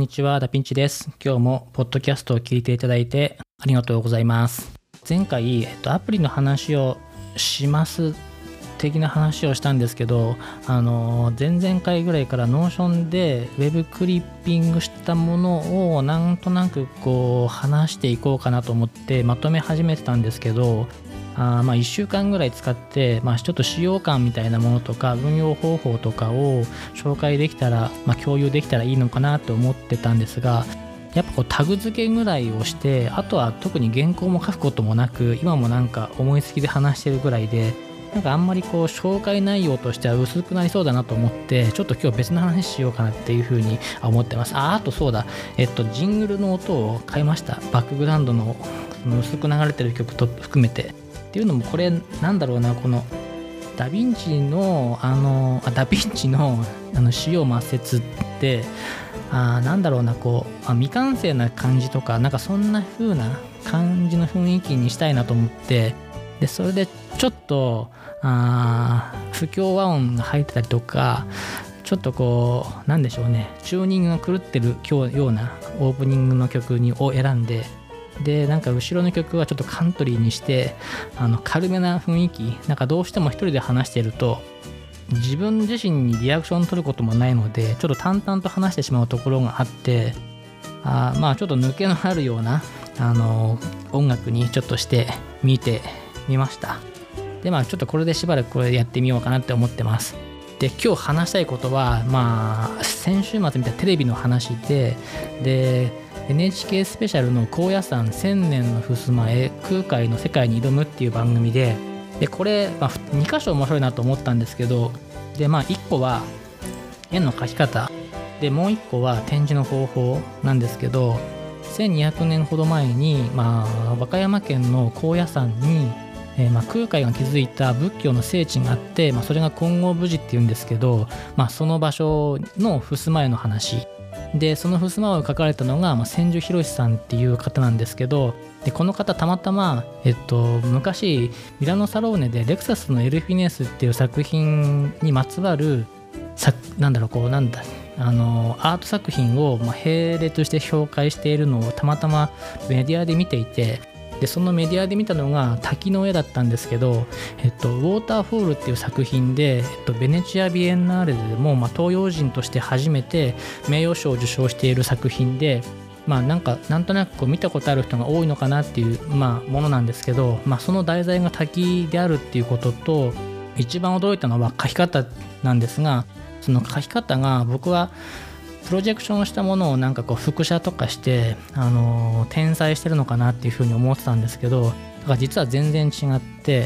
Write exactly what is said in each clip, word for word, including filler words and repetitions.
にちは、ダピンチです。今日もポッドキャストを聞いていただいてありがとうございます。前回、えっと、アプリの話をします的な話をしたんですけど、あの前々回ぐらいからノーションでウェブクリッピングしたものをなんとなくこう話していこうかなと思ってまとめ始めてたんですけど、あまあいっしゅうかんぐらい使って、まあ、ちょっと使用感みたいなものとか運用方法とかを紹介できたら、まあ、共有できたらいいのかなと思ってたんですが、やっぱこうタグ付けぐらいをして、あとは特に原稿も書くこともなく、今もなんか思いつきで話してるぐらいで、なんかあんまりこう紹介内容としては薄くなりそうだなと思って、ちょっと今日別の話しようかなっていうふうに思ってます。ああとそうだ、えっとジングルの音を変えました。バックグラウンドの薄く流れてる曲と含めてっていうのも、これなんだろうな、このダヴィンチのあのあダヴィンチのあの使用抹殺ってあなんだろうな、こうあ未完成な感じとか、なんかそんな風な感じの雰囲気にしたいなと思って、でそれでちょっとあ不協和音が入ってたりとか、ちょっとこうなんでしょうね、チューニングが狂ってるようなオープニングの曲にを選んで、でなんか後ろの曲はちょっとカントリーにして、あの軽めな雰囲気、なんかどうしても一人で話していると自分自身にリアクション取ることもないので、ちょっと淡々と話してしまうところがあって、あまあちょっと抜けのあるようなあの音楽にちょっとしてみてみました。でまあちょっとこれでしばらくこれやってみようかなって思ってます。で今日話したいことは、まあ先週末見たテレビの話で、でエヌエイチケー スペシャルの高野山千年の襖へ空海の世界に挑むっていう番組で、でこれ、まあ、に箇所面白いなと思ったんですけど、でまあいっこは絵の描き方で、もういっこは展示の方法なんですけど、せんにひゃくねんほど前に、まあ、和歌山県の高野山に、えーまあ、空海が築いた仏教の聖地があって、まあ、それが金剛無寺っていうんですけど、まあ、その場所の襖絵の話で、その襖を描かれたのが、まあ、千住博さんっていう方なんですけど、でこの方たまたま、えっと、昔ミラノサローネでレクサスのエルフィネスっていう作品にまつわるなんだろうこうなんだあのアート作品を、まあ、並列して紹介しているのをたまたまメディアで見ていて、でそのメディアで見たのが滝の絵だったんですけど、えっと、ウォーターフォールっていう作品で、えっと、ベネチア・ビエンナーレでも、まあ、東洋人として初めて名誉賞を受賞している作品で、まあ、なんかなんとなくこう見たことある人が多いのかなっていう、まあ、ものなんですけど、まあ、その題材が滝であるっていうことと、一番驚いたのは描き方なんですが、その描き方が僕はプロジェクションしたものをなんかこう複写とかして、あのー、転載してるのかなっていうふうに思ってたんですけど、だから実は全然違って、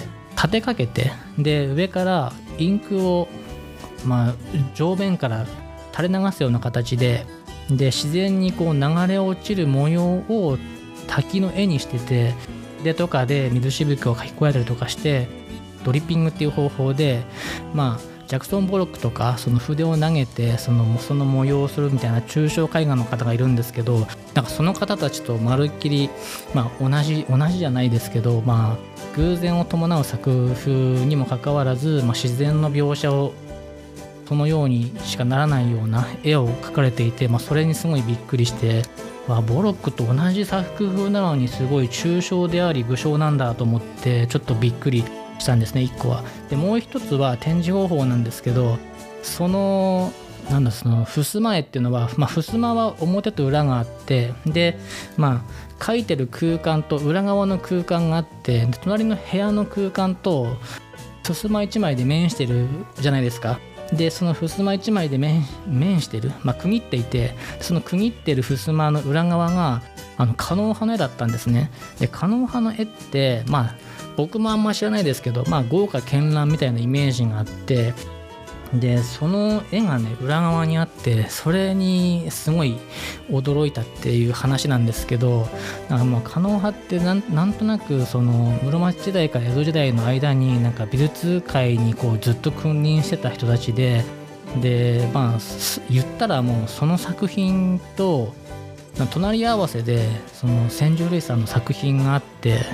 立てかけて、で上からインクを、まあ、上面から垂れ流すような形で、で自然にこう流れ落ちる模様を滝の絵にしてて、でとかで水しぶきを書き加えたりとかして、ドリッピングっていう方法で、まあジャクソン・ボロックとかその筆を投げてそのその模様をするみたいな抽象絵画の方がいるんですけど、なんかその方たちとまるっきり、まあ、同じ同じじゃないですけど、まあ、偶然を伴う作風にもかかわらず、まあ、自然の描写をそのようにしかならないような絵を描かれていて、まあ、それにすごいびっくりして、まあ、ボロックと同じ作風なのにすごい抽象であり具象なんだと思って、ちょっとびっくりしたんですね、いっこは。でもう一つは展示方法なんですけど、そのなんだその襖絵っていうのは、まあ、襖は表と裏があって、でまあ描いてる空間と裏側の空間があって、で隣の部屋の空間と襖一枚で面してるじゃないですか。でその襖一枚で 面, 面してる、まあ、区切っていて、その区切ってる襖の裏側があの狩野派の絵だったんですね。で狩野派の絵ってまあ僕もあんま知らないですけど、まあ、豪華絢爛みたいなイメージがあって、でその絵がね裏側にあって、それにすごい驚いたっていう話なんですけど、なんかもう狩野派ってな ん, なんとなくその室町時代から江戸時代の間になんか美術界にこうずっと君臨してた人たちで、でまあ言ったらもうその作品と隣り合わせでその千住類さんの作品があって、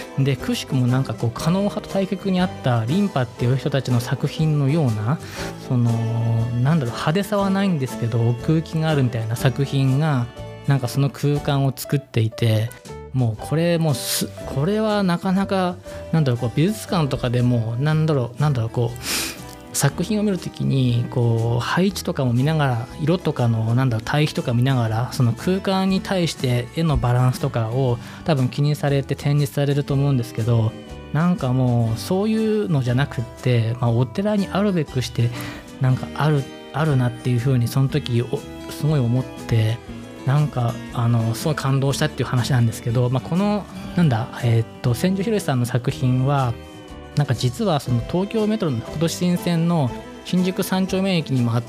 でくしくもなんかこう狩野派と対極にあったリンパっていう人たちの作品のような、そのなんだろう、派手さはないんですけど奥行きがあるみたいな作品がなんかその空間を作っていて、もうこれもうすこれはなかなかなんだろう、こう美術館とかでもなんだろうなんだろうこう作品を見るときにこう配置とかも見ながら、色とかのなんだろう対比とか見ながら、その空間に対して絵のバランスとかを多分気にされて展示されると思うんですけど、なんかもうそういうのじゃなくって、まあ、お寺にあるべくしてなんかあるあるなっていう風にその時すごい思って、なんかあのすごい感動したっていう話なんですけど、まあ、このなんだえー、っと千住博さんの作品はなんか実はその東京メトロの北都心線の新宿三丁目駅にもあって、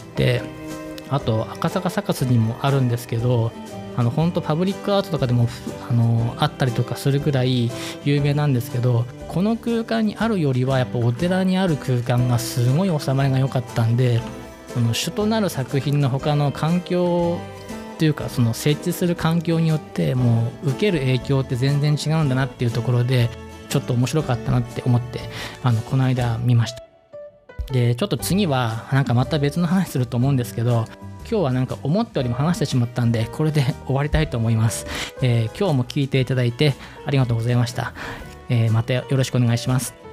あと赤坂サカスにもあるんですけど、あの本当パブリックアートとかでもあのあったりとかするぐらい有名なんですけど、この空間にあるよりはやっぱお寺にある空間がすごい収まりが良かったんで、その主となる作品の他の環境というか、その設置する環境によってもう受ける影響って全然違うんだなっていうところでちょっと面白かったなって思って、あのこの間見ました。でちょっと次はなんかまた別の話すると思うんですけど、今日はなんか思ったよりも話してしまったんでこれで終わりたいと思います。えー、今日も聞いていただいてありがとうございました。えー、またよろしくお願いします。